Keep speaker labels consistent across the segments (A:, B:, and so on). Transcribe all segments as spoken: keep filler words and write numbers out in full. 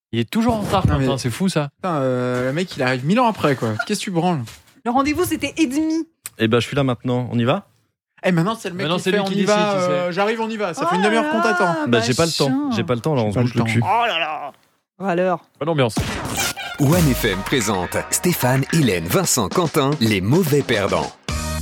A: Il est toujours en retard,
B: Non,
A: Quentin,
B: mais-
A: c'est fou ça.
B: Putain, euh, le mec, il arrive mille ans après, quoi. Qu'est-ce que tu branles?
C: Le rendez-vous, c'était et demi.
D: Eh ben, je suis là maintenant. On y va?
B: Eh, maintenant, c'est le mec
A: Maintenant,
B: qui
A: c'est
B: fait,
A: lui
B: on
A: qui
B: y
A: décide,
B: va,
A: tu sais.
B: euh, j'arrive, on y va. Ça
C: Oh
B: fait une demi-heure
C: là
B: qu'on
C: là.
B: t'attend.
D: Bah,
C: bah,
D: j'ai pas le temps.
C: chiant.
D: J'ai pas le temps, là, on se
B: pas
D: bouge
B: le
D: le
B: temps.
D: cul.
C: Oh là là. Alors.
A: Bonne ambiance.
E: OneFM présente Stéphane, Hélène, Vincent, Quentin, les mauvais perdants.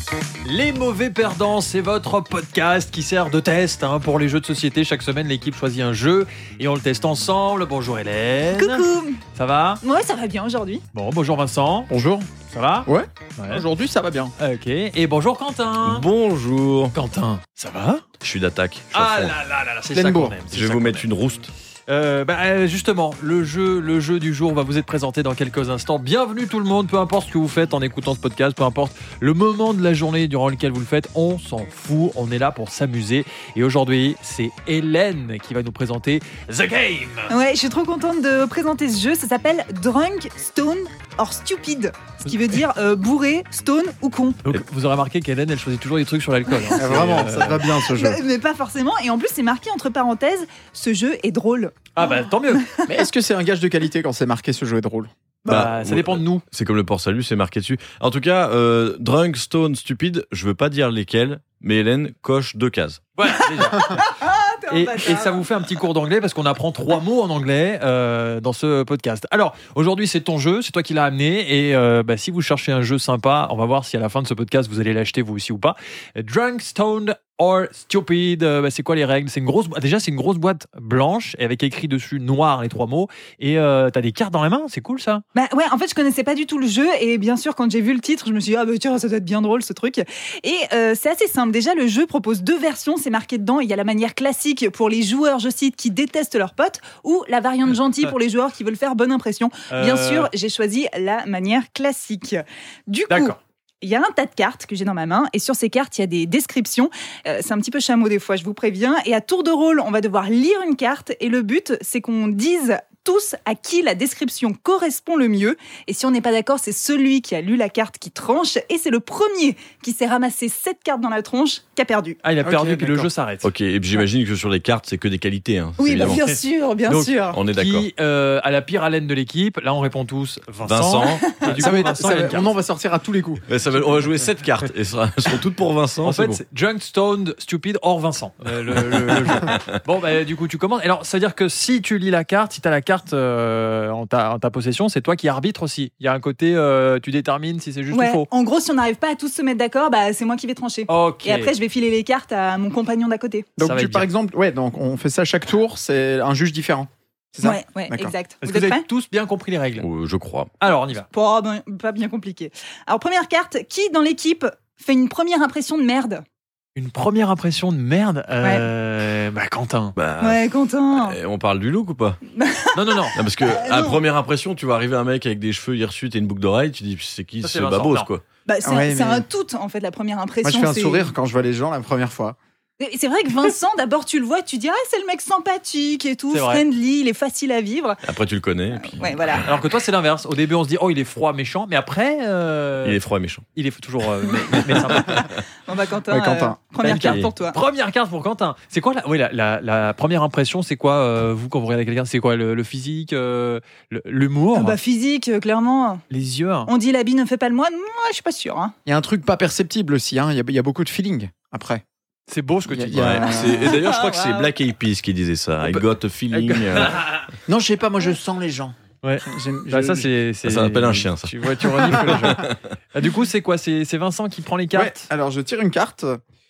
A: Les mauvais perdants, c'est votre podcast qui sert de test hein, pour les jeux de société. Chaque semaine, l'équipe choisit un jeu et on le teste ensemble. Bonjour Hélène.
C: Coucou.
A: Ça va?
C: Ouais, ça va bien aujourd'hui.
A: Bon, bonjour Vincent.
B: Bonjour.
A: Ça va?
B: Ouais.
A: Ouais.
B: Aujourd'hui, ça va bien.
A: Ok. Et bonjour Quentin.
D: Bonjour.
A: Quentin, ça va?
D: Je suis d'attaque. Je suis à
A: Ah
D: fond.
A: là là là là, c'est
B: Pleine
A: ça qu'on
B: bourre.
A: aime. c'est
D: Je vais
A: ça
D: vous
A: qu'on
D: mettre
A: aime.
D: une rouste.
A: Euh, bah, euh, justement, le jeu, le jeu du jour va vous être présenté dans quelques instants. Bienvenue tout le monde, peu importe ce que vous faites en écoutant ce podcast, peu importe le moment de la journée durant lequel vous le faites, on s'en fout, on est là pour s'amuser. Et aujourd'hui, c'est Hélène qui va nous présenter The Game.
C: Ouais, je suis trop contente de présenter ce jeu. Ça s'appelle Drunk, Stone or Stupid. Ce qui veut dire euh, bourré, stone ou con.
A: Donc, vous aurez remarqué qu'Hélène, elle choisit toujours des trucs sur l'alcool. hein.
B: Ah, vraiment,
A: C'est, euh,
B: ça te va bien, ce jeu.
C: Mais, mais pas forcément. Et en plus, c'est marqué entre parenthèses, ce jeu est drôle.
A: Ah bah tant mieux.
B: Mais est-ce que c'est un gage de qualité quand c'est marqué ce jeu est drôle?
A: Bah,
D: Bah,
A: ça
D: ouais.
A: dépend de nous.
D: C'est comme le port salut, c'est marqué dessus. En tout cas, euh, drunk, stone, stupide, je veux pas dire lesquels, mais Hélène coche deux cases.
A: Voilà, déjà.
C: T'es un
A: Et,
C: bâtard.
A: et ça vous fait un petit cours d'anglais parce qu'on apprend trois mots en anglais euh, dans ce podcast. Alors, aujourd'hui, c'est ton jeu, c'est toi qui l'as amené. Et euh, bah, si vous cherchez un jeu sympa, on va voir si à la fin de ce podcast, vous allez l'acheter vous aussi ou pas. Drunk, Stoned or Stupid, euh, bah, c'est quoi les règles? C'est une grosse, bo- déjà, c'est une grosse boîte blanche et avec écrit dessus noir les trois mots. Et euh, t'as des cartes dans la main, c'est cool ça.
C: Bah ouais, en fait, je connaissais pas du tout le jeu et bien sûr, quand j'ai vu le titre, je me suis dit ah bah tiens, ça doit être bien drôle ce truc. Et euh, c'est assez simple. Déjà, le jeu propose deux versions. C'est marqué dedans. Il y a la manière classique pour les joueurs, je cite, qui détestent leurs potes, ou la variante gentille pour les joueurs qui veulent faire bonne impression. Bien
A: Euh,
C: sûr, j'ai choisi la manière classique. Du coup.
A: D'accord.
C: Il y a un tas de cartes que j'ai dans ma main et sur ces cartes, il y a des descriptions. Euh, c'est un petit peu chameau des fois, je vous préviens. Et à tour de rôle, on va devoir lire une carte et le but, c'est qu'on dise tous à qui la description correspond le mieux. Et si on n'est pas d'accord, c'est celui qui a lu la carte qui tranche et c'est le premier qui s'est ramassé cette carte dans la tronche qui a perdu.
A: Ah, il a
B: Ok,
A: perdu puis le
B: d'accord.
A: jeu s'arrête.
D: Ok, et puis j'imagine que sur les cartes, c'est que des qualités. Hein,
C: Oui, bah,
D: évidemment.
C: bien sûr, bien
A: Donc,
C: sûr.
D: On est d'accord.
A: Qui euh, a la pire haleine de l'équipe? Là, on répond tous Vincent.
D: Vincent.
A: Et du
B: Ça
A: coup,
B: va être-
A: Vincent,
B: ça
A: il a
B: va-
A: une carte.
B: mon nom va sortir à tous les coups.
D: Ouais, ça va- on va jouer sept cartes et ça- elles seront toutes pour Vincent.
A: En
D: c'est
A: fait,
D: bon.
A: c'est Drunk, Stoned, Stupid, hors Vincent. euh, le, le- le jeu. Bon, bah, du coup, tu commences. Alors, ça veut dire que si tu lis la carte, si tu as la carte euh, en, ta, en ta possession, c'est toi qui arbitre aussi. Il y a un côté, euh, tu détermines si c'est juste
C: Ouais.
A: ou faux.
C: En gros, si on n'arrive pas à tous se mettre d'accord, bah, c'est moi qui vais trancher.
A: Ok.
C: Et après, je vais filer les cartes à mon compagnon d'à côté.
B: Donc,
A: Ça va
B: tu-
A: être
B: par
A: bien.
B: exemple, ouais, donc on fait ça chaque tour, c'est un juge différent. C'est ça?
C: Ouais, ouais,
B: D'accord.
C: exact.
A: Est-ce
C: Vous
A: que vous
C: êtes
A: avez
C: prêts?
A: tous bien compris les règles?
D: Euh, je crois.
A: Alors, on y va.
C: Pas, bien- pas bien compliqué. Alors, première carte, qui dans l'équipe fait une première impression de merde?
A: Une première impression de merde. Euh, Bah, Quentin.
D: Bah,
C: Ouais, Quentin.
D: eh, on parle du look ou pas?
A: Non, non, non.
D: Non, parce que à
C: non.
D: première impression, tu vois arriver un mec avec des cheveux hirsutes et une boucle d'oreille, tu dis c'est qui
A: Ça, c'est
D: ce
A: Vincent.
D: babos
A: Non.
D: quoi.
C: Bah, c'est
B: Ouais,
C: c'est
B: mais-
C: un tout, en fait, la première impression.
B: Moi, je fais un
C: c'est-
B: sourire quand je vois les gens la première fois.
C: Et C'est vrai que Vincent, d'abord, tu le vois, tu dis, ah, c'est le mec sympathique et tout,
A: C'est vrai.
C: friendly, il est facile à vivre.
D: Après tu le connais et puis
C: Ouais, voilà.
A: Alors que toi, c'est l'inverse. Au début, on se dit, oh, il est froid, méchant. Mais après, euh,
D: il est froid et méchant.
A: il est toujours euh, mais, mais sympa.
C: Bon, bah, Quentin,
B: Ouais, Quentin.
C: euh, première
A: Ok.
C: carte pour toi.
A: Première carte pour Quentin. C'est quoi la, oui, la, la, la première impression? C'est quoi, euh, vous, quand vous regardez quelqu'un? C'est quoi le, le physique, euh, le- l'humour,
C: Ah bah, physique, euh, clairement.
A: les yeux?
C: On dit l'habit ne fait pas le moine. Moi, je suis pas sûre. Hein.
B: Il y a un truc pas perceptible aussi, hein. il, y a, il y a beaucoup de feeling après.
A: C'est beau ce que
B: Il y a-
A: tu
B: il
A: dis.
B: y a-
D: Ouais, c'est- et d'ailleurs, je crois que c'est
C: Wow.
D: Black Eyed Peas qui disait ça. I
A: peut-
D: got a feeling. euh,
B: Non, je sais pas, moi je sens les gens.
A: Ouais.
B: J'aime-
A: Bah,
B: je-
A: ça, c'est, c'est-
D: Ça s'appelle un chien, ça.
A: Tu vois, tu renifles les gens. Ah, du coup, c'est quoi? C'est, c'est Vincent qui prend les
B: Ouais,
A: cartes?
B: alors je tire une carte.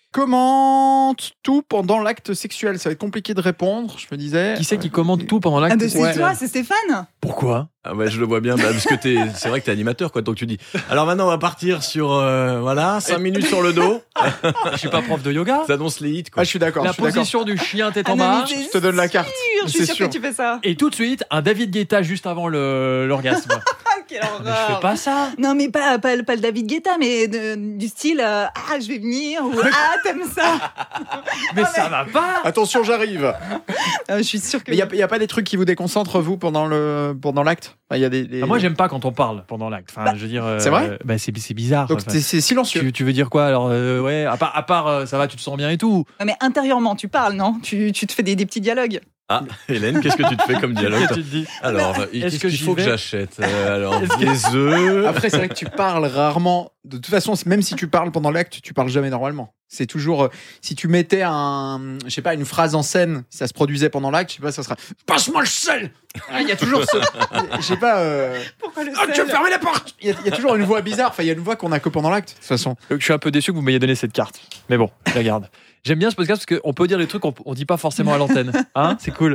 B: Commente tout pendant l'acte sexuel. Ça va être compliqué de répondre, je me disais.
A: Qui c'est qui commande tout pendant l'acte
C: Ah, bah, c'est
A: sexuel?
C: toi, c'est Stéphane.
A: Pourquoi?
D: Ah ouais, je le vois bien, bah, parce que t'es, c'est vrai que t'es animateur, quoi. Donc tu dis. Alors maintenant, on va partir sur, euh, voilà, cinq minutes sur le dos.
A: Je suis pas prof de yoga.
D: Ça annonce les hits,
B: Ah,
D: quoi.
B: je suis d'accord.
A: La
B: je suis d'accord.
A: position du chien tête
C: Ah,
A: en
C: non,
A: bas.
C: mais c'est
B: Je te donne la carte.
C: sûr, Je suis
B: C'est
C: sûre
B: sûr.
C: que tu fais ça.
A: Et tout de suite, un David Guetta juste avant le, l'orgasme.
C: Ah, quelle
A: Mais je fais
C: horreur.
A: pas ça.
C: Non, mais pas, pas, pas le David Guetta, mais de- du style euh, ah, je vais venir ou ah, t'aimes ça.
A: Mais ça va pas.
B: Attention, j'arrive.
C: Euh, je suis sûre que.
B: Mais il n'y a, y a pas des trucs qui vous déconcentrent, vous, pendant, le, pendant l'acte? Enfin, y a des, des-
A: Ah, moi, j'aime pas quand on parle pendant l'acte. Enfin, je veux dire. euh,
B: C'est vrai
A: bah, c'est, c'est bizarre.
B: Donc
A: Enfin,
B: c'est c'est silencieux.
A: tu, tu veux dire quoi alors euh, ouais, à part, à part euh, ça va, tu te sens bien et tout.
C: Ouais, mais intérieurement, tu parles, non tu, tu te fais des, des petits dialogues.
D: Ah, Hélène, qu'est-ce que tu te fais comme dialogue
A: Qu'est-ce que
D: toi
A: tu te dis
D: Alors,
A: Est-ce
D: qu'est-ce
A: que
D: qu'il
A: j'y
D: faut que
A: vais
D: j'achète Euh, Alors,
A: Est-ce que-
D: des œufs.
B: Après, c'est vrai que tu parles rarement. De toute façon, même si tu parles pendant l'acte, tu parles jamais normalement. C'est toujours. euh, si tu mettais un, je sais pas, une phrase en scène, si ça se produisait pendant l'acte, je sais pas, ça sera. Passe-moi le sel. Ah, Il y a toujours ce. Je sais pas. euh,
C: Pourquoi le
B: Ah, tu
C: sel
B: veux fermer la porte. Il y, a, il y a toujours une voix bizarre. Enfin, il y a une voix qu'on a que pendant l'acte. De toute façon.
A: Donc, je suis un peu déçu que vous m'ayez donné cette carte. Mais bon, je la garde. J'aime bien ce podcast parce qu'on peut dire des trucs qu'on on dit pas forcément à l'antenne. Hein, c'est cool.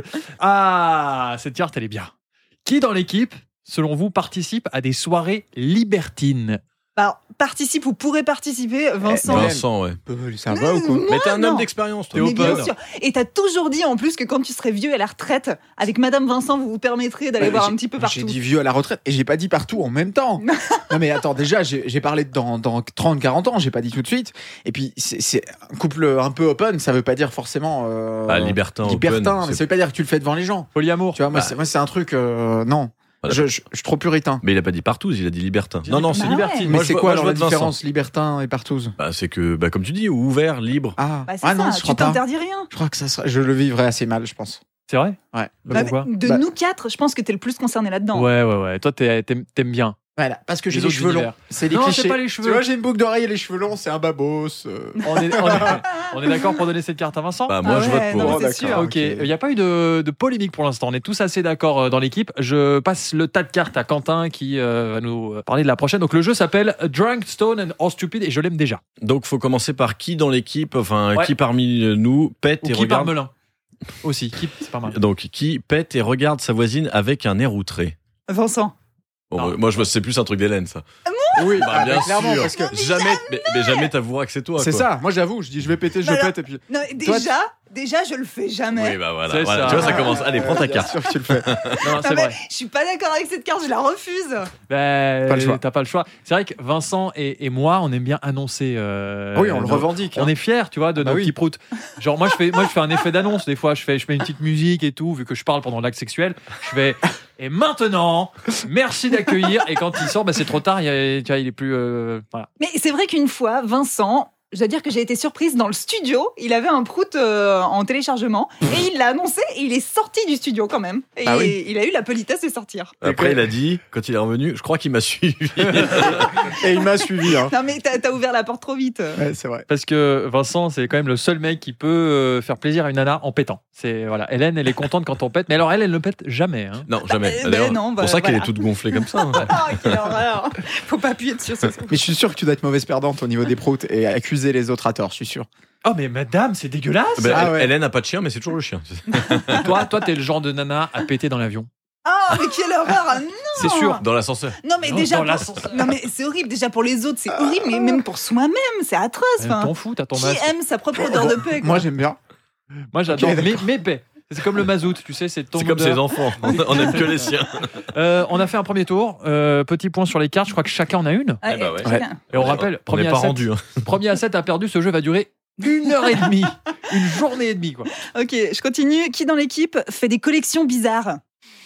A: Ah, cette carte, elle est bien. Qui dans l'équipe, selon vous, participe à des soirées libertines?
C: Alors, participe ou pourrait participer, Vincent.
B: Hélène.
D: Vincent, ouais.
B: Ça va ou quoi?
C: Moi,
D: Mais t'es un
C: non.
D: homme d'expérience, toi.
A: T'es
C: Mais bien
A: open.
C: sûr. Et t'as toujours dit en plus que quand tu serais vieux à la retraite, avec Madame Vincent, vous vous permettrez d'aller
B: Ouais,
C: voir
B: j'ai-
C: un petit peu
B: J'ai
C: partout.
B: dit vieux à la retraite et j'ai pas dit partout en même temps. Non mais attends, déjà j'ai j'ai parlé de dans, dans trente quarante ans, j'ai pas dit tout de suite. Et puis c'est c'est un couple un peu open, ça veut pas dire forcément euh,
D: Ah, libertin,
B: libertin,
D: open,
B: mais
D: c'est-
B: ça veut pas dire que tu le fais devant les gens.
A: Polyamour.
B: Tu vois, moi
D: Bah.
B: c'est moi c'est un truc euh, non.
D: Voilà.
B: Je, je, je suis trop puritain.
D: Mais il a pas dit partout, il a dit libertin. Non, non, c'est
C: Bah
D: libertine.
C: ouais.
B: Mais
D: Moi,
B: c'est
D: je vois-
B: quoi
D: moi, je
B: alors la
D: vote Vincent.
B: différence libertin et partouze?
D: Bah, c'est que, bah, comme tu dis, ouvert, libre.
B: Ah,
C: Bah, c'est
B: ah non,
C: ça,
B: je
C: tu
B: crois pas.
C: t'interdis rien.
B: Je crois que ça serait, je le vivrais assez mal, je pense.
A: C'est vrai?
B: Ouais.
A: Bah, pourquoi?
C: de
B: Bah-
C: nous quatre, je pense que t'es le plus concerné là-dedans.
A: Ouais, ouais, ouais. Toi, t'es- t'aimes t'aimes bien.
B: Voilà, parce que j'ai
A: Les
B: les
A: autres
B: cheveux longs.
A: univers.
B: C'est les
A: Non,
B: clichés.
A: c'est pas les cheveux.
B: Tu vois, j'ai une boucle d'oreille et les cheveux longs, c'est un babos. euh.
A: On est, on est- on est d'accord pour donner cette carte à Vincent?
D: Bah, moi,
C: Ah
D: je
C: ouais,
D: vote
C: non,
D: pour.
C: mais
B: Oh,
C: c'est
B: d'accord.
C: sûr.
A: Ok, il n'y a pas eu de, de polémique pour l'instant. On est tous assez d'accord euh, dans l'équipe. Je passe le tas de cartes à Quentin qui euh, va nous parler de la prochaine. Donc le jeu s'appelle Drunk, Stone and or Stupid et je l'aime déjà.
D: Donc, faut commencer par qui dans l'équipe, enfin,
A: Ouais.
D: qui parmi nous pète
A: Ou
D: et
A: qui
D: regarde.
A: Parmelin aussi. Qui, c'est pas mal.
D: Donc, qui pète et regarde sa voisine avec un air outré.
C: Vincent.
D: Bon,
A: Non.
D: bah, moi, je vois, c'est plus un truc d'Hélène, ça.
B: Oui,
D: Bah,
B: ah,
D: bien
B: mais clairement,
D: sûr.
B: parce que
D: Jamais, mais, mais jamais t'avoueras que c'est toi.
B: c'est
D: quoi.
B: ça. Moi, j'avoue, je dis je vais péter, je
C: Alors-
B: pète et puis.
C: Non,
B: Toi,
C: déjà, déjà, je le fais jamais.
D: Oui, bah voilà.
A: C'est
D: voilà.
A: ça.
D: Tu vois, ça commence. Allez, prends ta
B: Bien
D: carte.
B: sûr que tu le fais.
A: Non,
C: Non,
A: c'est
C: mais
A: vrai.
C: je suis pas d'accord avec cette carte, je la refuse.
A: Ben,
B: Pas le choix.
A: T'as pas le choix. C'est vrai que Vincent et, et moi, on aime bien annoncer. euh,
B: oui, on le
A: nos-
B: revendique.
A: On
B: hein.
A: est fiers, tu vois, de
B: bah
A: nos
B: oui.
A: petits proutes. Genre, moi je, fais, moi, je fais un effet d'annonce. Des fois, je, fais, je mets une petite musique et tout, vu que je parle pendant l'acte sexuel. Je fais. Et maintenant, merci d'accueillir. Et quand il sort, bah, c'est trop tard. Il, y a- tu vois, il est plus. euh, voilà.
C: Mais c'est vrai qu'une fois, Vincent, je dois dire que j'ai été surprise dans le studio. Il avait un prout euh, en téléchargement et il l'a annoncé et il est sorti du studio quand même. Et
B: Ah oui.
C: il a eu la politesse de sortir.
D: Après, il a dit, quand il est revenu, je crois qu'il m'a suivi.
B: Et il m'a suivi. Hein.
C: Non mais t'as t'as ouvert la porte trop vite.
B: Ouais, c'est vrai.
A: Parce que Vincent, c'est quand même le seul mec qui peut euh, faire plaisir à une nana en pétant. C'est voilà. Hélène, elle est contente quand on pète, mais alors elle, elle ne pète jamais. Hein.
D: Non, jamais.
C: ben
D: D'ailleurs,
C: non,
D: c'est
C: bah,
D: pour ça qu'elle
C: voilà.
D: est toute gonflée comme ça. hein.
C: Oh, quelle horreur. Faut pas appuyer dessus. ce soir.
B: Mais je suis sûr que tu dois être mauvaise perdante au niveau des proutes et accuser les autres à tort, je suis sûr.
A: Oh mais madame, c'est dégueulasse.
D: Ben,
B: Ah ouais.
D: Hélène n'a pas de chien, mais c'est toujours le chien.
A: toi, toi, t'es le genre de nana à péter dans l'avion.
C: Ah mais quelle horreur. Ah, non.
A: C'est sûr.
D: Dans l'ascenseur.
C: Non mais
A: Non,
C: déjà
A: dans
C: pour-
A: l'ascenseur.
C: non mais c'est horrible déjà pour les autres c'est horrible mais même pour soi-même c'est atroce.
A: Elle
C: Enfin,
A: T'en fous, t'as ton
C: qui
A: masque.
C: aime sa propre odeur de paix quoi.
B: Moi, j'aime bien.
A: Moi, j'adore.
B: Ok,
A: mais,
B: d'accord.
A: mais paix. C'est comme le mazout, tu sais, c'est ton
D: C'est comme
A: odeur.
D: ses enfants. On on aime que les siens.
A: Euh, on a fait un premier tour. Euh, petit point sur les cartes. Je crois que chacun en a une.
C: Ouais,
D: Eh bah ouais.
C: chacun.
A: Et on,
D: est-
A: rappelle,
D: on n'est
A: premier
D: pas
A: à sept,
D: rendu. hein.
A: premier à sept a perdu. Ce jeu va durer une heure et demie, une journée et demie, quoi.
C: Ok, je continue. Qui dans l'équipe fait des collections bizarres?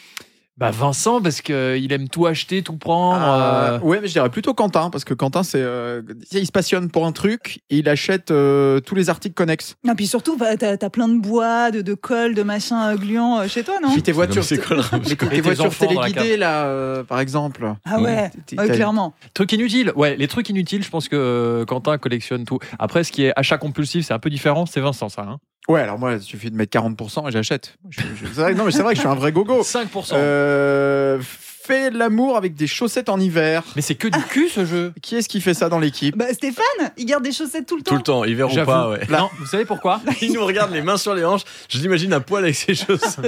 A: Bah Vincent, parce qu'il aime tout acheter, tout prendre.
B: Euh,
A: euh,
B: ouais, mais je dirais plutôt Quentin, parce que Quentin, c'est, euh, il se passionne pour un truc et il achète euh, tous les articles connexes.
C: Non, puis surtout, bah, t'as as plein de bois, de, de colle, de machin euh, gluant euh, chez toi, non?
B: Puis tes
D: Non,
B: voitures,
D: mais c'est quoi le
B: mais tes,
A: Et
B: tes
A: tes
B: voitures
A: enfants dans la
B: téléguidées, là, euh, par exemple.
C: Ah ouais,
B: T'es-
C: ouais,
B: t'as-
C: clairement.
A: Trucs inutiles. Ouais, les trucs inutiles, je pense que euh, Quentin collectionne tout. Après, ce qui est achat compulsif, c'est un peu différent. C'est Vincent, ça. Hein.
B: Ouais, alors moi, il suffit de mettre quarante pour cent et j'achète. Je- je- c'est vrai, non, mais c'est vrai que je suis un vrai gogo.
A: cinq pour cent.
B: Euh, fais l'amour avec des chaussettes en hiver.
A: Mais c'est que du cul, ce jeu.
B: Qui est-ce qui fait ça dans l'équipe?
C: Bah, Stéphane, il garde des chaussettes tout le temps.
D: Tout le temps, hiver ou
A: J'avoue.
D: pas, ouais.
A: Non, vous savez pourquoi?
D: Il nous regarde les mains sur les hanches. Je l'imagine à poil avec ses chaussettes.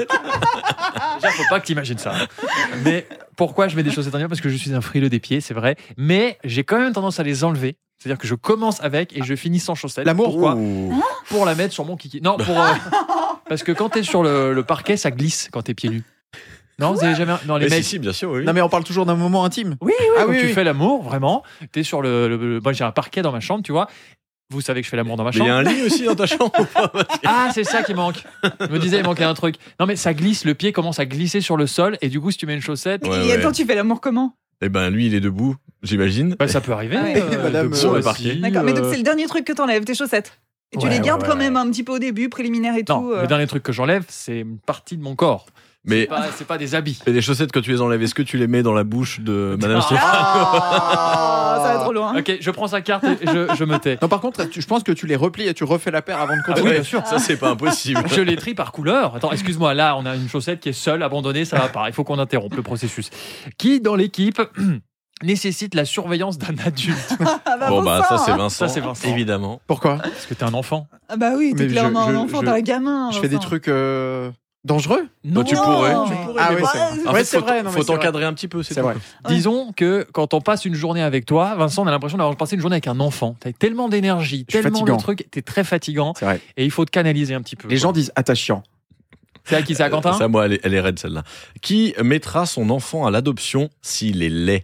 A: Déjà, faut pas que t'imagines ça. Mais pourquoi je mets des chaussettes en hiver? Parce que je suis un frileux des pieds, c'est vrai. Mais j'ai quand même tendance à les enlever. C'est-à-dire que je commence avec et je finis sans chaussettes.
B: L'amour.
A: Pourquoi?
D: Ouh.
A: Pour la mettre sur mon kiki. Non, pour. euh, parce que quand t'es sur le, le parquet, ça glisse quand t'es pieds nus. Non, vous avez jamais. Non, les
D: Mais si,
A: mecs.
D: si, bien sûr, oui.
B: Non, mais on parle toujours d'un moment intime.
A: Oui, oui,
B: Ah
A: quand
B: oui,
A: tu
B: oui.
A: fais l'amour, vraiment, t'es sur le, le- le- Moi, j'ai un parquet dans ma chambre, tu vois. Vous savez que je fais l'amour dans ma
D: Mais il y
A: chambre.
D: a un lit aussi dans ta chambre ou pas
A: Ah, c'est ça qui manque. Je me disais, il manquait un truc. Non, mais ça glisse, le pied commence à glisser sur le sol, et du coup, si tu mets une chaussette,
C: Mais
D: Ouais,
C: et
D: ouais.
C: attends, tu fais l'amour comment?
D: Eh ben, lui, il est debout, j'imagine.
A: bah, ça peut arriver.
C: Ah ouais.
B: Madame,
A: debout
B: sur
D: le
A: aussi,
D: parquet.
C: D'accord, mais donc
A: euh,
C: c'est le dernier truc que t'enlèves, tes chaussettes. Et tu
A: Ouais,
C: les gardes
A: ouais,
C: quand
A: ouais.
C: même un petit peu au début, préliminaire et
A: Non,
C: tout. euh.
A: le dernier truc que j'enlève, c'est une partie de mon corps.
D: Mais
A: C'est pas, c'est pas des habits.
D: et les chaussettes, quand tu les enlèves, est-ce que tu les mets dans la bouche de Madame
A: Ah.
D: Stéphane
C: Ah, ça va trop loin.
A: Ok, je prends sa carte et je, je me tais.
B: Non, par contre, tu- je pense que tu les replies et tu refais la paire avant de
A: Ah oui,
B: continuer.
A: bien sûr.
D: Ça, c'est pas impossible.
A: Je les trie par couleur. Attends, excuse-moi, là, on a une chaussette qui est seule, abandonnée, ça va pas. Il faut qu'on interrompe le processus. Qui, dans l'équipe, nécessite la surveillance d'un adulte?
C: Ah bah,
D: Bon, bah, ça,
C: Vincent,
D: c'est
C: hein.
D: Vincent.
A: Ça, c'est Vincent.
D: Évidemment.
B: Pourquoi
A: Parce que t'es un enfant.
C: Ah bah oui, t'es
B: Mais je-
C: clairement
B: je-
C: un enfant,
B: je-
C: t'es un gamin.
B: Je fais des
C: Vincent.
B: trucs euh, dangereux
A: Non,
D: tu
C: Non,
D: pourrais.
C: mais-
A: Tu pourrais,
B: Ah
A: mais
B: oui,
A: bon.
B: c'est vrai.
D: En
B: Ouais,
D: fait,
B: c'est
D: faut,
B: vrai, non, mais
D: faut
B: c'est vrai.
D: t'encadrer un petit peu, c'est
B: C'est
D: tout.
B: vrai.
A: Disons que quand on passe une journée avec toi, Vincent, on a l'impression d'avoir passé une journée avec un enfant. T'as tellement d'énergie,
B: Je suis
A: tellement
B: fatigant.
A: de trucs, t'es très fatigant
B: C'est vrai.
A: et il faut te canaliser un petit peu.
B: Les
A: quoi.
B: gens disent attachant.
A: C'est à qui? C'est à Quentin?
D: Ça, moi, elle est, elle est raide, celle-là. Qui mettra son enfant à l'adoption s'il est laid?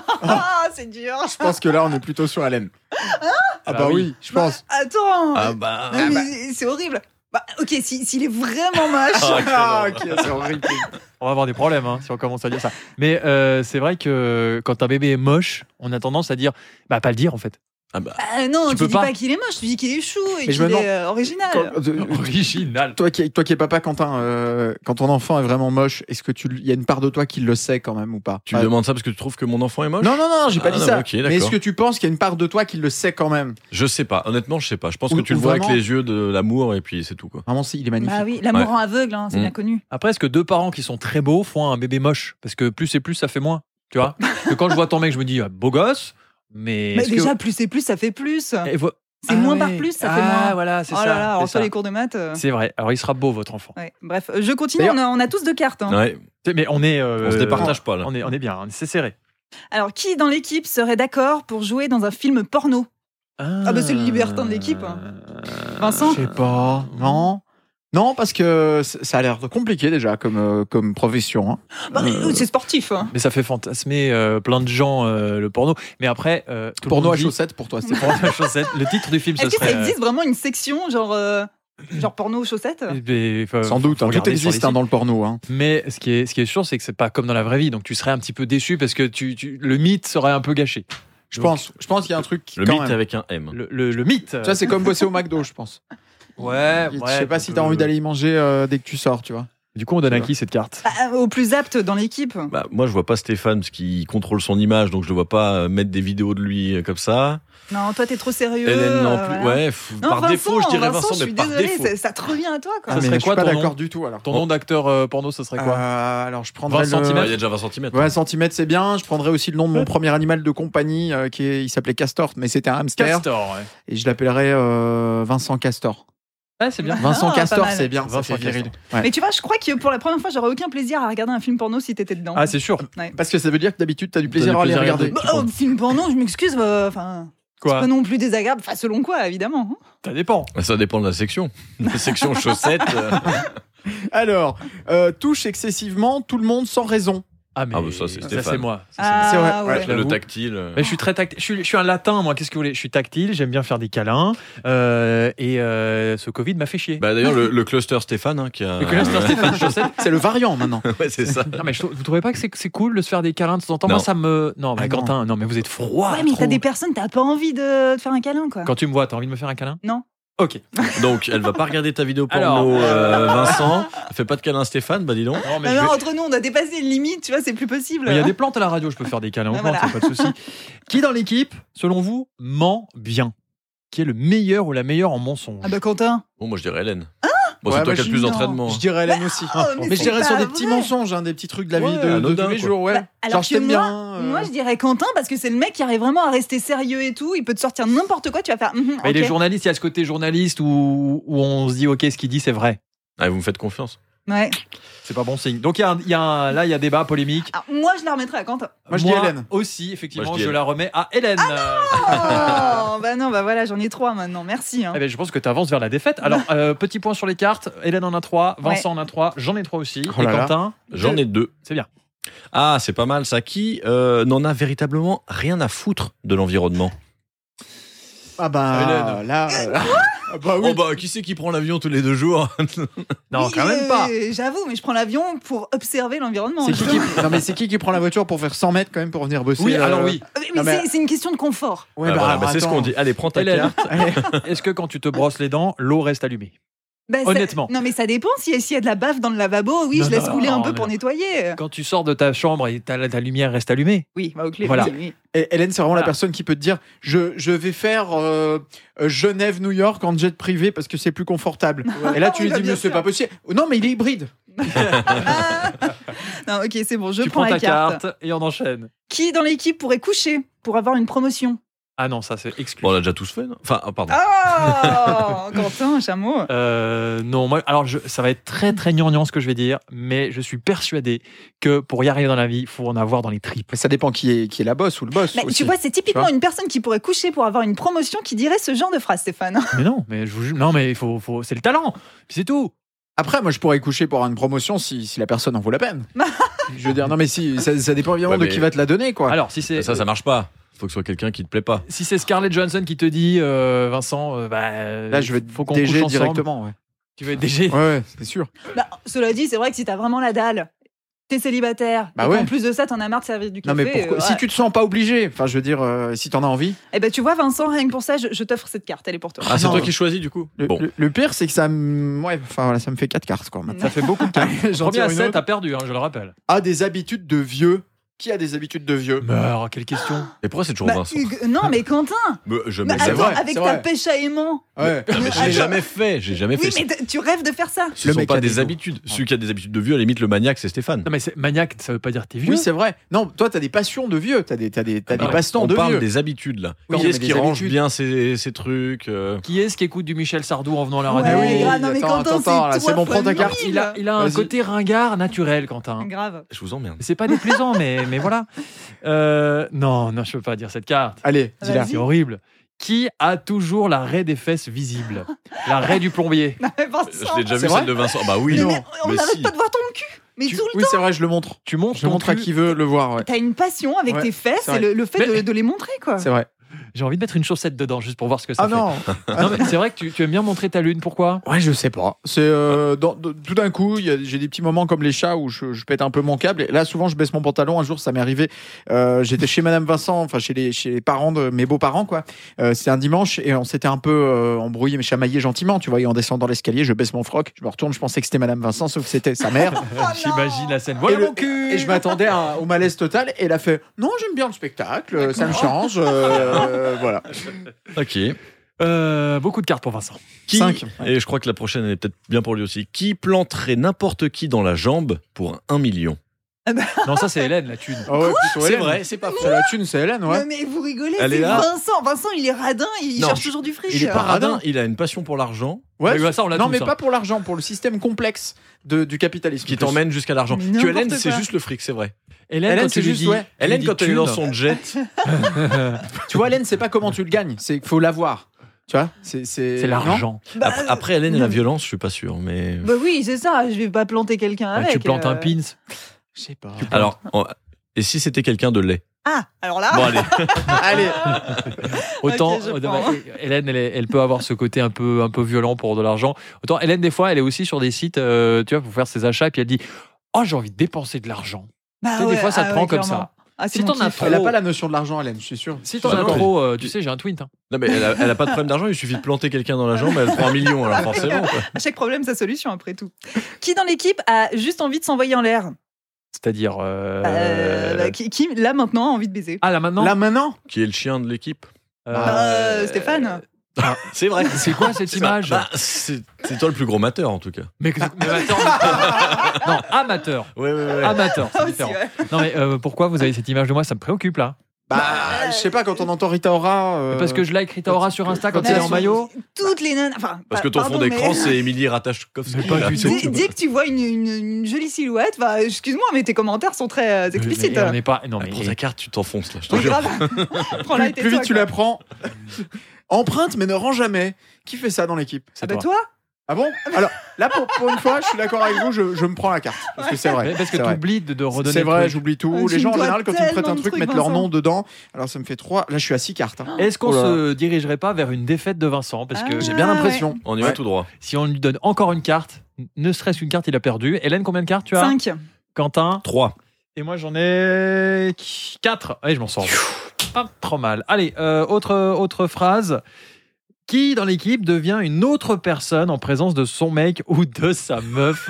C: Ah, c'est dur.
B: Je pense que là, on est plutôt sur Hélène. Ah
A: Bah
B: bah
A: oui.
B: oui, je pense.
C: Attends.
D: Ah bah.
C: Non, mais c'est horrible. Bah, ok, si- s'il est vraiment moche.
D: Ah, quelle
B: Ah,
D: horreur.
B: ok, c'est horrible.
A: On va avoir des problèmes hein, si on commence à dire ça. Mais euh, c'est vrai que quand un bébé est moche, on a tendance à dire, bah pas le dire en fait.
D: Ah bah.
C: Ah non,
A: Tu
C: tu,
A: peux
C: dis
A: pas.
C: pas, qu'il est moche, tu dis qu'il est chou et
B: Mais je
C: qu'il
B: me demande-
C: est euh, original.
B: Quand- euh,
A: Original.
B: toi, qui, toi qui es papa, Quentin, euh, quand ton enfant est vraiment moche, est-ce que tu, il y a une part de toi qui le sait quand même ou pas?
D: Tu
B: Bah,
D: me demandes ça parce que tu trouves que mon enfant est moche?
B: Non, non, non, j'ai pas
D: Ah,
B: dit
D: non,
B: ça.
D: ok,
B: mais
D: d'accord.
B: est-ce que tu penses qu'il y a une part de toi qui le sait quand même?
D: Je sais pas. Honnêtement, je sais pas. Je pense
B: Ou-
D: que tu
B: ou
D: le vois
B: vraiment-
D: avec les yeux de l'amour et puis c'est tout, quoi.
B: Vraiment, si, il est magnifique.
C: Bah oui, l'amour
D: Ouais.
C: rend aveugle, hein, c'est
D: Mm.
C: bien connu.
A: Après, est-ce que deux parents qui sont très beaux font un bébé moche? Parce que plus c'est plus, ça fait moins. Tu vois? Que quand je vois ton mec, je me dis, ah, beau gosse, mais.
C: Mais
A: est-ce que-
C: déjà, plus c'est plus, ça fait plus.
A: Et vo-
C: C'est
A: Ah
C: moins
A: ouais.
C: par plus, ça
A: ah,
C: fait moins.
A: voilà, c'est
C: Oh
A: ça.
C: là là, alors
A: c'est
C: toi,
A: ça.
C: les cours de maths. euh,
A: C'est vrai. Alors, il sera beau, votre enfant.
C: ouais. Bref, je continue, on
B: D'ailleurs-
C: a, on a tous deux cartes. hein.
D: Ouais.
A: Mais on est. euh,
D: On se départage pas, là.
A: On est, on est bien, hein, c'est serré.
C: Alors, qui dans l'équipe serait d'accord pour jouer dans un film porno? Ah, bah, c'est le libertin de l'équipe, hein. Vincent?
B: Je sais pas. Non. Non, parce que c- ça a l'air compliqué déjà comme, euh, comme profession. hein.
C: Bah,
B: Euh,
C: C'est sportif. hein.
A: Mais ça fait fantasmer euh, plein de gens euh, le porno. Mais après. euh, tout le
B: Porno
A: monde
B: à
A: dit-
B: chaussettes pour toi, c'était
A: Porno à chaussettes. Le titre du film, ce
C: Est-ce que ça
A: serait.
C: existe vraiment une section genre, euh, genre porno aux chaussettes?
A: euh, mais, enfin,
B: Sans
A: faut
B: doute, hein, tout
A: regarder sur
B: existe
A: les
B: hein, dans le porno. Hein.
A: Mais ce qui est, ce qui est sûr, c'est que c'est pas comme dans la vraie vie. Donc tu serais un petit peu déçu parce que tu, tu- le mythe serait un peu gâché.
B: Je
A: Donc,
B: pense, je pense qu'il y a un truc qui,
D: Le
B: quand
D: mythe
B: même.
D: avec un M.
A: Le, le, le mythe.
B: Tu vois, c'est comme bosser au McDo, je pense.
A: Ouais,
B: Je
A: ouais.
B: sais pas si t'as envie d'aller y manger euh, dès que tu sors, tu vois.
A: Du coup, on donne à qui cette carte?
C: Bah, au plus apte dans l'équipe.
D: Bah, moi, je vois pas Stéphane parce qu'il contrôle son image, donc je le vois pas euh, mettre des vidéos de lui euh, comme ça.
C: Non, toi, t'es trop sérieux.
D: Hélène non
C: euh,
D: plus.
C: voilà.
D: Ouais, f-
C: Non,
D: par
C: Vincent,
D: défaut, je dirais Vincent,
C: je
D: mais
C: suis
D: par
C: désolée,
D: défaut.
C: ça, ça te revient à toi, quoi.
A: Ça
B: Ah,
A: serait
B: mais je
A: quoi
B: suis pas
A: ton
B: d'accord
A: nom
B: du tout alors.
A: Ton nom d'acteur euh, porno, ce serait quoi?
B: Euh, Alors je prendrais
A: vingt
B: le...
A: centimètres.
D: Ouais, il y a déjà vingt centimètres.
B: vingt centimètres, c'est bien. Je prendrais aussi le nom de mon premier animal de compagnie, euh, qui est... il s'appelait Castor, mais c'était un hamster.
A: Castor, ouais.
B: Et je l'appellerais euh, Vincent Castor.
A: Ouais, c'est bien.
B: Vincent
C: Ah, pas
B: Castor,
C: mal.
B: c'est bien. Ça
A: Vincent
B: fait viril.
A: Castor.
B: Ouais.
C: Mais tu vois, je crois que pour la première fois, j'aurais aucun plaisir à regarder un film porno si t'étais dedans.
A: Ah, c'est sûr.
C: Ouais.
B: Parce que ça veut dire que d'habitude, t'as du plaisir
D: du
B: à les
D: plaisir à
B: regarder.
C: Bah, oh, film porno, je m'excuse, bah, enfin. C'est
A: Quoi?
C: pas non plus désagréable, enfin selon quoi évidemment. hein.
A: Ça dépend.
D: Ça dépend de la section. La section chaussettes. euh,
B: Alors, euh, touche excessivement tout le monde sans raison.
A: Ah, mais
D: Ah, bah, ça, c'est
A: ça,
D: Stéphane.
A: c'est moi. Ça, c'est
C: Ah,
B: C'est vrai,
C: ouais.
B: ouais.
A: Je l'avoue.
D: le tactile. euh.
A: Mais je suis très tactile. Je suis, je suis un latin, moi. Qu'est-ce que vous voulez? Je suis tactile. J'aime bien faire des câlins. Euh, et euh, ce Covid m'a fait chier.
D: Bah, d'ailleurs, le, le cluster Stéphane, hein, qui a.
A: Le cluster Stéphane Chaussette.
B: C'est le variant maintenant.
D: Ouais, c'est ça.
A: Non, mais je trouve- vous trouvez pas que c'est, c'est cool de se faire des câlins de temps en temps?
D: Non.
A: Moi, ça me. Non, mais
B: Ah,
A: Quentin, non, mais vous êtes froid.
C: Ouais, mais
A: trop.
C: t'as des personnes, t'as pas envie de te faire un câlin quoi.
A: Quand tu me vois, t'as envie de me faire un câlin?
C: Non.
A: Ok.
D: Donc, elle va pas regarder ta vidéo porno,
A: Alors.
D: euh, Vincent. Fais pas de câlin à Stéphane, bah dis donc.
A: Non, mais
C: Ah
A: je
C: non,
A: vais-
C: entre nous, on a dépassé une limite, tu vois, c'est plus possible.
A: Il y a des plantes à la radio, je peux faire des câlins aux
C: Ah,
A: plantes,
C: voilà.
A: y a pas de souci. Qui dans l'équipe, selon vous, ment bien? Qui est le meilleur ou la meilleure en mensonge?
C: Ah bah Quentin.
D: Bon, moi, je dirais Hélène. Bon,
B: Ouais,
D: c'est toi
B: moi,
D: qui as le
C: je-
D: plus
C: non.
D: d'entraînement.
B: Je dirais Hélène aussi.
C: Oh, mais
B: mais je
C: c'est
B: dirais sur
C: pas
B: des petits
C: vrai.
B: mensonges, hein, des petits trucs de la
D: Ouais,
B: vie de, de
D: anodin,
B: tous les
D: quoi.
B: jours. Ouais.
C: Bah, alors
B: Genre, je
C: que
B: t'aime
C: moi,
B: bien. euh.
C: Moi, je dirais Quentin parce que c'est le mec qui arrive vraiment à rester sérieux et tout. Il peut te sortir n'importe quoi, tu vas faire. Mhm,
A: Mais
C: ok.
A: les journalistes, il y a ce côté journaliste où, où on se dit, ok, ce qu'il dit, c'est vrai.
D: Ah, vous me faites confiance.
C: Ouais.
A: C'est pas bon signe. Donc il y a, un- il y a un- là, il y a débat polémique.
C: Alors, moi, je la remettrai à Quentin.
B: Moi, je dis Hélène.
A: Aussi, effectivement,
D: Moi, je dis
A: je
D: Hélène.
A: la remets à Hélène.
C: Oh, bah non, bah voilà, j'en ai trois maintenant. Merci. hein.
A: Eh ben, je pense que tu avances vers la défaite. Alors, euh, petit point sur les cartes. Hélène en a trois, Vincent en a trois, j'en ai trois aussi.
B: Oh
A: et
B: là là.
A: Quentin,
D: J'en ai deux.
A: c'est bien.
D: Ah, c'est pas mal ça. Qui euh, n'en a véritablement rien à foutre de l'environnement?
B: Ah bah
A: Hélène.
B: là. euh, Ah bah oui.
D: Oh bah, qui c'est qui prend l'avion tous les deux jours?
A: Non,
C: Oui,
A: quand même
C: euh,
A: pas.
C: J'avoue, mais je prends l'avion pour observer l'environnement.
B: C'est qui, qui... Non, mais c'est qui qui prend la voiture pour faire cent mètres quand même pour venir bosser
A: Oui,
B: euh,
A: alors oui.
C: Mais,
B: Non, mais-
C: c'est- c'est une question de confort.
B: Ouais,
D: Ah,
B: bah,
D: voilà,
B: alors,
D: bah, c'est ce
B: attends.
D: qu'on dit. Allez, prends ta
A: Hélène.
D: carte.
B: Allez.
A: Est-ce que quand tu te brosses les dents, l'eau reste allumée?
C: Bah, ça-
A: Honnêtement.
C: Non, mais ça dépend. S'il y a de la bave dans le lavabo, oui,
A: Non,
C: je laisse
A: non,
C: couler un
A: non,
C: peu
A: mais
C: pour
A: non.
C: nettoyer.
A: Quand tu sors de ta chambre et ta, ta lumière reste allumée.
C: Oui, bah, au clair,
A: Voilà.
C: oui, oui.
B: Et Hélène, c'est vraiment
A: Voilà.
B: la personne qui peut te dire je, je vais faire euh, euh, Genève-New York en jet privé parce que c'est plus confortable. Et là, tu lui
C: Oui, bah,
B: dis
C: bien
B: mais c'est
C: sûr.
B: pas possible. Non, mais il est hybride.
C: Non, ok, c'est bon, je
A: tu
C: prends
A: prends
C: la
A: ta
C: carte.
A: carte et on enchaîne.
C: Qui dans l'équipe pourrait coucher pour avoir une promotion?
A: Ah non, ça c'est exclu.
D: Bon, on l'a déjà tous fait, non? Enfin, ah, pardon.
C: Oh, Quentin, chameau.
A: Euh, non, moi, alors je, ça va être très très gnangnan ce que je vais dire, mais je suis persuadé que pour y arriver dans la vie, il faut en avoir dans les tripes.
B: Mais ça dépend qui est, qui est la boss ou le boss.
C: Mais
B: aussi.
C: tu vois, c'est typiquement
B: Tu vois
C: une personne qui pourrait coucher pour avoir une promotion qui dirait ce genre de phrase, Stéphane.
A: Mais non, mais je vous jure, non, mais il faut, faut, c'est le talent, puis c'est tout.
B: Après, moi, je pourrais coucher pour avoir une promotion si, si la personne en vaut la peine. Je veux dire, non, mais si, ça, ça dépend évidemment
D: Ouais,
B: de
D: mais-
B: qui va te la donner, quoi.
A: Alors si c'est
D: Ça, ça marche pas. Faut que ce soit quelqu'un qui te plaît pas.
A: si c'est Scarlett Johansson qui te dit, euh, Vincent, euh, bah,
B: Là, je vais être
A: faut qu'on
B: D G
A: couche ensemble.
B: directement. Ouais,
A: Tu veux être D G.
B: ouais, ouais, c'est sûr.
C: Bah, cela dit, c'est vrai que si t'as vraiment la dalle, t'es célibataire,
B: Bah
C: et
B: ouais.
C: qu'en plus de ça, t'en as marre de servir du
B: Non,
C: café.
B: mais pourquoi
C: euh,
B: Si
C: ouais.
B: tu te sens pas obligé, enfin, je veux dire, euh, si t'en as envie.
C: Eh ben, tu vois, Vincent, rien que pour ça, je, je t'offre cette carte, elle est pour toi.
D: Ah, c'est
B: non.
D: toi qui choisis du coup?
B: Le,
D: Bon.
B: le- le pire, c'est que ça me. Ouais, enfin, voilà, ça me fait quatre cartes, quoi. Maintenant.
A: Ça fait beaucoup de cartes.
B: J'en
A: Premier à
B: tire une
A: sept,
B: autre.
A: t'as perdu, hein, je le rappelle.
B: Ah, des habitudes de vieux. Qui a des habitudes de vieux
A: Mais alors, quelle question.
D: Et pourquoi c'est toujours
C: Bah,
D: Vincent?
C: Hugues- non, mais Quentin,
D: Mais je
C: mais
D: me
B: c'est
C: attends,
B: vrai,
C: avec
B: c'est
C: ta
B: vrai.
C: pêche à aimant.
B: Ouais.
D: Non, mais je l'ai
C: Attends.
D: jamais fait. J'ai jamais
C: Oui,
D: fait.
C: mais t- tu rêves de faire ça.
D: Ce
B: Le
D: sont
B: mec
D: pas
B: a des
D: des
B: goûts.
D: habitudes. Celui qui a des habitudes de vieux, à la limite, le maniaque, c'est Stéphane.
A: Non mais c'est maniaque, ça veut pas dire t'es vieux.
B: Oui, c'est vrai. Non, toi, t'as des passions de vieux. T'as des, t'as des, t'as
D: Ah,
B: des passe-temps
D: on
B: de
D: parle
B: vieux.
D: des habitudes là.
B: Oui,
D: qui
B: mais
D: est-ce
B: des
D: qui range
B: habitudes.
D: bien ses, ses trucs euh,
A: Qui est-ce qui écoute du Michel Sardou en venant à la
C: Ouais,
A: radio
B: oui,
C: grave, non, mais
B: attends,
C: Quentin,
B: attends, attends, là,
C: c'est
B: c'est
C: toi,
B: bon, prends ta
C: famille.
B: carte.
A: Il a, il a un
B: Vas-y.
A: côté ringard naturel, Quentin.
C: Grave.
D: Je vous emmerde.
A: C'est pas déplaisant, mais, mais voilà. Euh, non, non, je peux pas dire cette carte.
B: Allez, dis-la.
C: Vas-y.
A: C'est horrible. Qui a toujours la raie des fesses visible? La raie du plombier.
C: Non, mais
D: Je
C: Vincent.
D: l'ai déjà
B: C'est
D: vu
B: vrai
D: celle de Vincent. Bah oui.
C: Mais,
B: non.
C: mais on
D: Mais
C: n'arrête
D: si.
C: pas de voir ton cul. Mais
A: Tu-
C: tout le
B: Oui, c'est vrai, je le montre.
A: Tu montres
B: Je
A: ton
B: montre à
A: cul.
B: qui veut le voir. Ouais.
C: T'as une passion avec
B: Ouais,
C: tes fesses
B: c'est
C: et
B: vrai.
C: le, le fait
A: Mais-
C: de, de les montrer, quoi.
B: C'est vrai.
A: J'ai envie de mettre une chaussette dedans juste pour voir ce que ça
B: Ah
A: fait.
B: non.
A: Non, mais c'est vrai que tu, tu aimes bien montrer ta lune. Pourquoi?
B: Ouais, je sais pas. C'est euh, dans- de- tout d'un coup, il y a- j'ai des petits moments comme les chats où je, je pète un peu mon câble. Et là, souvent, je baisse mon pantalon. Un jour, ça m'est arrivé. Euh, J'étais chez Madame Vincent, enfin chez les chez les parents de mes beaux-parents, quoi. Euh, C'était un dimanche et on s'était un peu euh, embrouillé, mais chamaillé gentiment. Tu vois, et en descendant l'escalier, je baisse mon froc, je me retourne, je pensais que c'était Madame Vincent, sauf que c'était sa mère.
C: Oh non.
A: J'imagine la scène. Voilà
B: et, le-
A: mon cul.
B: et je m'attendais à- au malaise total. Et elle a fait non, j'aime bien le spectacle, ça me change. euh, voilà.
D: Ok.
A: Euh, beaucoup de cartes pour Vincent.
D: Qui,
B: Cinq.
D: et je crois que la prochaine elle est peut-être bien pour lui aussi. Qui planterait n'importe qui dans la jambe pour un million?
A: Non, ça c'est Hélène, la thune.
B: Ah ouais, plutôt
D: C'est
B: Hélène.
D: vrai, c'est pas faux.
B: Sur la thune, c'est Hélène, ouais.
C: Non, mais vous rigolez,
D: Elle
C: c'est
D: est là.
C: Vincent. Vincent, il est radin, il
D: Non,
C: cherche toujours du fric.
D: Il est pas
B: radin.
D: radin, il a une passion pour l'argent
B: Ouais,
A: Mais bah, ça, on l'a
B: non,
A: tous,
B: mais
A: hein.
B: pas pour l'argent, pour le système complexe de, du capitalisme.
D: qui
B: Plus.
D: t'emmène jusqu'à l'argent.
C: Mais
D: Tu
C: n'importe
D: Hélène, c'est
C: quoi.
D: juste le fric, c'est vrai.
A: Hélène,
B: Hélène,
A: quand
B: c'est
A: tu lui
B: juste,
A: dis,
B: ouais.
A: tu lui
D: Hélène,
A: dis
D: quand elle est
A: thune,
D: dans son jet,
B: Tu vois, Hélène, c'est pas comment tu le gagnes, c'est qu'il faut l'avoir. Tu vois, c'est c'est
A: c'est
B: non
A: l'argent.
C: Bah,
D: après, après, Hélène et la violence, je suis pas sûr, mais.
C: Bah oui, c'est ça. Je vais pas planter quelqu'un
A: Bah,
C: avec.
A: tu plantes
C: euh.
A: un pins.
B: Je sais pas.
D: Alors, on- et si c'était quelqu'un de laid?
C: Ah, alors là.
D: Bon, allez.
B: Allez,
A: Autant
C: Ok, je
A: euh,
C: prends.
A: Hélène, elle, est- elle peut avoir ce côté un peu, un peu violent pour de l'argent. Autant Hélène, des fois, elle est aussi sur des sites, euh, tu vois, pour faire ses achats, et puis elle dit, oh, j'ai envie de dépenser de l'argent.
C: Bah
A: Tu sais, des
C: ouais,
A: fois, ça te
C: ah
A: prend
C: ouais,
A: comme
C: clairement.
A: ça.
C: Ah, c'est
A: Si
C: mon
A: t'en as
C: kiff.
A: trop,
B: elle a pas la notion de l'argent, Hélène, je suis sûr.
A: Si t'en
D: Bah
A: as
D: non,
A: trop, euh, tu sais, j'ai un twint. hein.
D: Non, mais elle a, elle a pas de problème d'argent, il suffit de planter quelqu'un dans la jambe, elle prend un million, alors forcément. quoi.
C: À chaque problème, sa solution, après tout. Qui dans l'équipe a juste envie de s'envoyer en l'air
A: C'est-à-dire. euh,
C: Euh, bah, qui, qui, là, maintenant, a envie de baiser
A: Ah, là maintenant
B: Là maintenant,
D: Qui est le chien de l'équipe?
A: Euh,
C: Euh, Stéphane
D: C'est vrai.
A: C'est quoi cette
D: C'est
A: image
D: bah, c'est c'est toi le plus gros mateur, en tout cas.
A: mais, mais amateur. Non, amateur.
D: Ouais, ouais, ouais.
A: Amateur, c'est
C: Ah, aussi,
A: différent.
C: ouais.
A: Non, mais euh, pourquoi vous avez cette image de moi? Ça me préoccupe là.
B: bah, je sais pas, quand on entend Rita Ora. euh,
A: Parce que je like Rita Ora sur Insta quand
B: quand
A: elle est
B: elles
A: en
B: sont-
A: maillot.
C: Toutes les nanas. Enfin,
D: Parce
C: pa-
D: que ton
C: pardon,
D: fond d'écran,
C: mais-
D: c'est Émilie Ratajkowski.
A: Mais pas
D: là.
A: du tout.
C: Dès, dès que tu vois une, une- une jolie silhouette, bah, excuse-moi, mais tes commentaires sont très euh, explicites.
A: Mais on n'est pas. Non,
D: Ah,
A: mais.
D: prends ta carte, tu t'enfonces là, je te
C: Oui,
D: jure.
C: grave. Prends-la
B: plus,
C: et
B: plus
C: tais-toi,
B: vite tu
C: quoi.
B: la prends. Emprunte, mais ne rends jamais. Qui fait ça dans l'équipe?
C: Ah bah
A: toi.
C: toi
B: Ah bon? Alors, là, pour, pour une fois, je suis d'accord avec vous, je, je me prends la carte. Parce que c'est vrai.
A: Mais parce que
B: c'est vrai.
A: t'oublies de, de redonner.
B: C'est
A: le
B: vrai,
A: truc.
B: j'oublie tout.
C: Oh,
B: Les
C: tu
B: gens,
C: me
B: en
C: dois
B: général, quand ils me prêtent
C: tellement
B: un
C: de
B: truc,
C: trucs,
B: mettent leur
C: Vincent.
B: nom dedans. Alors, ça me fait trois. Là, je suis à six cartes. hein.
A: Est-ce qu'on
B: Oh là.
A: se dirigerait pas vers une défaite de Vincent? Parce que
C: Ah.
B: J'ai bien l'impression.
D: On y
B: Ouais.
D: va tout droit.
A: si on lui donne encore une carte, ne serait-ce qu'une carte, il a perdu. Hélène, combien de cartes tu as?
C: cinq.
A: Quentin?
D: trois.
A: Et moi, j'en ai quatre. Allez, je m'en sors. Pas trop mal. Allez, euh, autre, autre phrase. Qui dans l'équipe devient une autre personne en présence de son mec ou de sa meuf?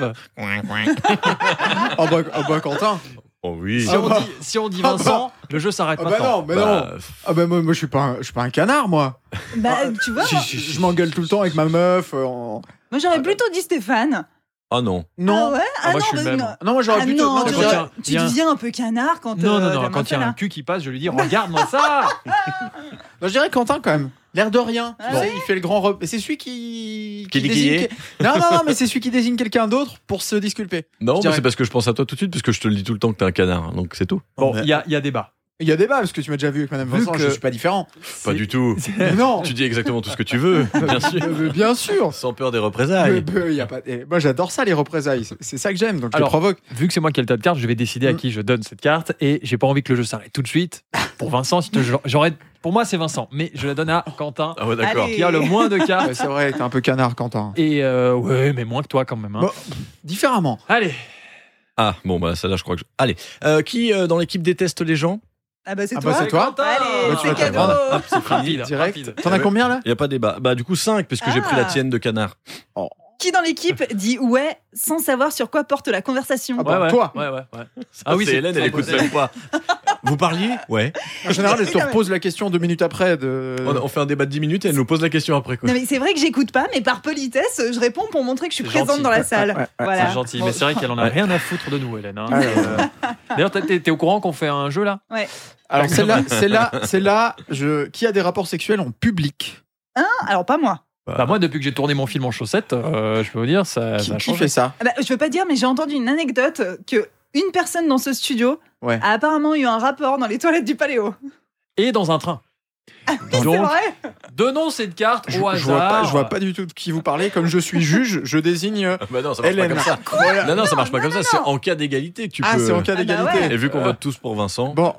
B: Oh bah, oh bah, Quentin.
D: Oh oui.
A: Si,
B: Ah
A: on
B: bah.
A: dit, si on dit
B: Ah
A: Vincent, le jeu s'arrête
B: Ah bah
A: maintenant.
B: non, mais
D: Bah,
B: non. Ah bah moi, moi je suis pas, un, je suis pas un canard, moi.
C: Bah, tu vois,
B: Je, je- je m'engueule tout le temps avec ma meuf. euh, en-
C: moi j'aurais plutôt dit Stéphane.
D: Ah non.
B: Non.
C: Ah ouais?
A: Ah, moi, je suis
C: bah,
A: le même.
C: non.
B: Non, moi j'aurais
C: Ah
B: plutôt.
C: non,
B: non,
A: tu
C: tu,
B: je dirais-
A: dirais-
C: tu
A: il y a un-
C: deviens un peu canard quand
A: Non,
C: euh,
A: non,
C: la
A: non,
C: meuf
A: quand il y
C: est
A: a un
C: là.
A: cul qui passe, je lui dis regarde-moi ça.
B: non, je dirais Quentin quand même. L'air de rien.
C: Ah
B: Tu sais,
C: ouais
B: il fait le grand. Re... C'est celui qui.
D: Qui dit qui
B: désigne.
D: est
B: que- Non, non, non, mais c'est celui qui désigne quelqu'un d'autre pour se disculper.
D: Non, mais
B: dirais-
D: c'est parce que je pense à toi tout de suite, parce que je te le dis tout le temps que t'es un canard. Donc c'est tout.
A: Bon,
B: mais-
A: il y a, il y a débat.
B: Il y a débat parce que tu m'as déjà vu avec Madame
A: Vu
B: Vincent,
A: que-
B: je suis pas différent.
D: Pas du tout.
B: non.
D: Tu dis exactement tout ce que tu veux, bien sûr.
B: Euh, Bien sûr.
D: Sans peur des
B: Mais,
D: représailles.
B: bah, y a pas... eh, moi j'adore ça les représailles, c'est- c'est ça que j'aime, donc je
A: Alors,
B: te provoque.
A: Vu que c'est moi qui ai le tas de cartes, je vais décider à
B: Mm.
A: qui je donne cette carte et j'ai pas envie que le jeu s'arrête tout de suite. Pour Vincent, si tu- j'aurais, pour moi c'est Vincent, mais je la donne à Quentin
D: Ah ouais, d'accord.
C: Allez.
A: qui a le moins de cartes.
B: Ouais, c'est vrai, t'es un peu canard Quentin.
A: Et euh, ouais, mais moins que toi quand même. hein.
B: Bon. Différemment.
A: Allez,
D: Ah, bon, bah, celle-là, je crois que. je- Allez. Euh, qui euh, dans l'équipe déteste les gens?
C: Ah bah c'est
B: Ah bah,
C: toi.
B: c'est toi.
A: Quentin.
C: Allez,
B: Bah, tu
C: c'est
B: vas te
C: cadeau.
B: prendre.
D: Hop, c'est fini.
A: rapide,
B: Direct.
A: rapide.
B: T'en as combien là?
D: Il n'y a pas débat. Bah, du coup, cinq, parce que j'ai
C: Ah.
D: pris la tienne de canard.
C: Qui dans l'équipe dit ouais sans savoir sur quoi porte la conversation?
B: Ah bah,
A: ouais, ouais,
B: toi.
A: Ouais, ouais, ouais.
D: Ah oui, c'est
A: c'est-
D: Hélène, elle
A: c'est
D: écoute
A: impossible.
D: même pas. Vous parliez? Ouais.
B: En général, elle te
C: Non, mais-
B: repose la question deux minutes après. De...
D: On, on fait un débat de dix minutes et elle nous pose la question après, quoi.
C: Non mais c'est vrai que j'écoute pas, mais par politesse, je réponds pour montrer que je suis
A: C'est
C: présente
A: gentil.
C: dans la salle.
B: Ouais, ouais, ouais.
C: Voilà.
A: C'est gentil, mais c'est vrai qu'elle en a
D: Ouais.
A: rien à foutre de nous, Hélène. hein.
B: Ah, ouais,
A: Euh, D'ailleurs, t'es- t'es t'es au courant qu'on fait un jeu là?
B: Alors celle-là, celle-là, celle-là, je... qui a des rapports sexuels en public?
C: Alors pas moi.
A: Bah moi, depuis que j'ai tourné mon film en chaussettes, euh, je peux vous dire, ça,
B: Qui,
A: ça a
B: qui
A: changé.
B: fait ça?
C: Ah bah, je veux pas dire, mais j'ai entendu une anecdote que une personne dans ce studio
B: Ouais.
C: a apparemment eu un rapport dans les toilettes du Paléo.
A: Et dans un train.
C: C'est
A: Donc,
C: vrai?
A: donnons cette carte
B: Je,
A: au
B: je vois pas,
A: hasard.
B: je vois pas du tout de qui vous parlez. Comme je suis juge, je désigne euh,
D: Ah bah non, ça marche
B: Hélène.
D: pas comme ça.
B: Voilà.
D: Non, non, ça marche pas comme ça. C'est
C: non.
D: en cas d'égalité que tu
B: Ah,
D: peux.
B: c'est en cas
C: Ah bah
B: d'égalité.
C: ouais.
D: Et vu qu'on
B: Euh,
D: vote tous pour Vincent.
B: Bon.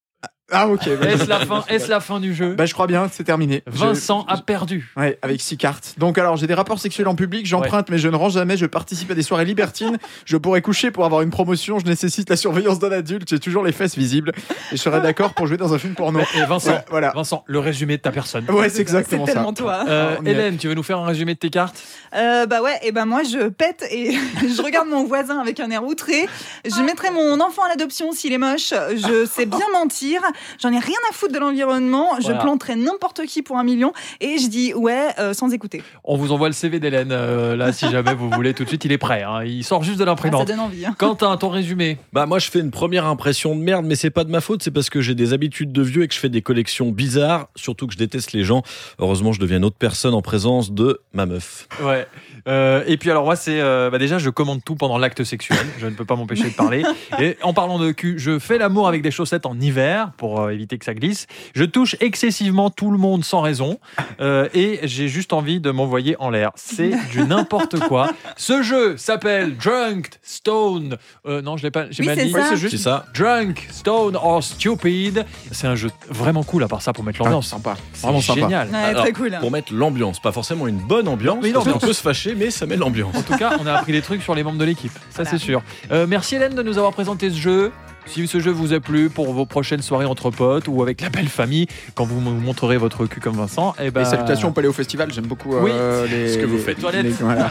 B: Ah ok. bah,
A: Est-ce la fin, est-ce la fin du jeu?
B: bah, je crois bien, c'est terminé.
A: Vincent
B: Je-
A: a perdu.
B: Ouais, avec six cartes. Donc alors, j'ai des rapports sexuels en public, j'emprunte mais je ne rends jamais, je participe à des soirées libertines, je pourrais coucher pour avoir une promotion, je nécessite la surveillance d'un adulte, j'ai toujours les fesses visibles et je serais d'accord pour jouer dans un film porno.
A: Et Vincent,
B: Ouais, voilà.
A: Vincent, le résumé de ta personne.
B: Ouais, c'est exactement
C: C'est
B: ça.
C: tellement toi.
A: Euh,
B: on y est.
A: Hélène, tu veux nous faire un résumé de tes cartes?
C: Euh, bah ouais, et ben moi je pète et je regarde mon voisin avec un air outré. Je mettrai mon enfant à l'adoption s'il est moche. Je sais bien mentir. J'en ai rien à foutre de l'environnement. Je
A: Voilà.
C: planterai n'importe qui pour un million. Et je dis ouais euh, sans écouter.
A: On vous envoie le C V d'Hélène, euh, là, si jamais vous voulez. Tout de suite, il est prêt. hein. Il sort juste de
C: Ah, ça
A: l'imprimante.
C: donne envie. hein.
A: Quentin, ton résumé?
D: Bah moi je fais une première impression de merde, mais c'est pas de ma faute, c'est parce que j'ai des habitudes de vieux et que je fais des collections bizarres, surtout que je déteste les gens. Heureusement je deviens une autre personne en présence de ma meuf.
A: Ouais. Euh, et puis alors moi c'est euh, bah déjà je commande tout pendant l'acte sexuel, je ne peux pas m'empêcher de parler. Et en parlant de cul, je fais l'amour avec des chaussettes en hiver pour euh, éviter que ça glisse. Je touche excessivement tout le monde sans raison euh, et j'ai juste envie de m'envoyer en l'air. C'est du n'importe quoi. Ce jeu s'appelle Drunk, Stone. Euh, non je l'ai pas, j'ai
C: Oui,
A: mal
C: c'est
A: dit.
C: ça.
B: Ouais, c'est juste.
D: C'est ça.
A: Drunk, Stone or Stupid. C'est un jeu vraiment cool à part ça pour mettre
B: Ah,
A: l'ambiance.
B: sympa.
A: C'est
B: Vraiment sympa.
A: génial.
C: Ouais,
D: Alors,
C: très cool.
D: Pour mettre l'ambiance, pas forcément une bonne ambiance,
A: Oui,
D: parce
A: l'ambiance.
D: qu'on peut se fâcher, mais ça met l'ambiance.
A: En tout cas, on a appris des trucs sur les membres de l'équipe. Ça,
C: Voilà.
A: c'est sûr. Euh, merci Hélène de nous avoir présenté ce jeu. Si ce jeu vous a plu pour vos prochaines soirées entre potes ou avec la belle famille, quand vous me montrerez votre cul comme Vincent, et ben
B: Et salutations au Paléo Festival, j'aime beaucoup euh,
A: Oui,
B: les,
D: ce que vous
B: les-
D: faites.
B: les- les- voilà.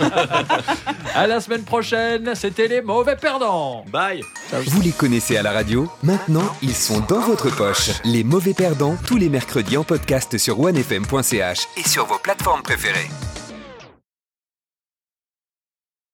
A: à la semaine prochaine. C'était les mauvais perdants.
D: Bye.
E: Vous les connaissez à la radio, maintenant ils sont dans votre poche. Les mauvais perdants, tous les mercredis en podcast sur one f m point c h et sur vos plateformes préférées.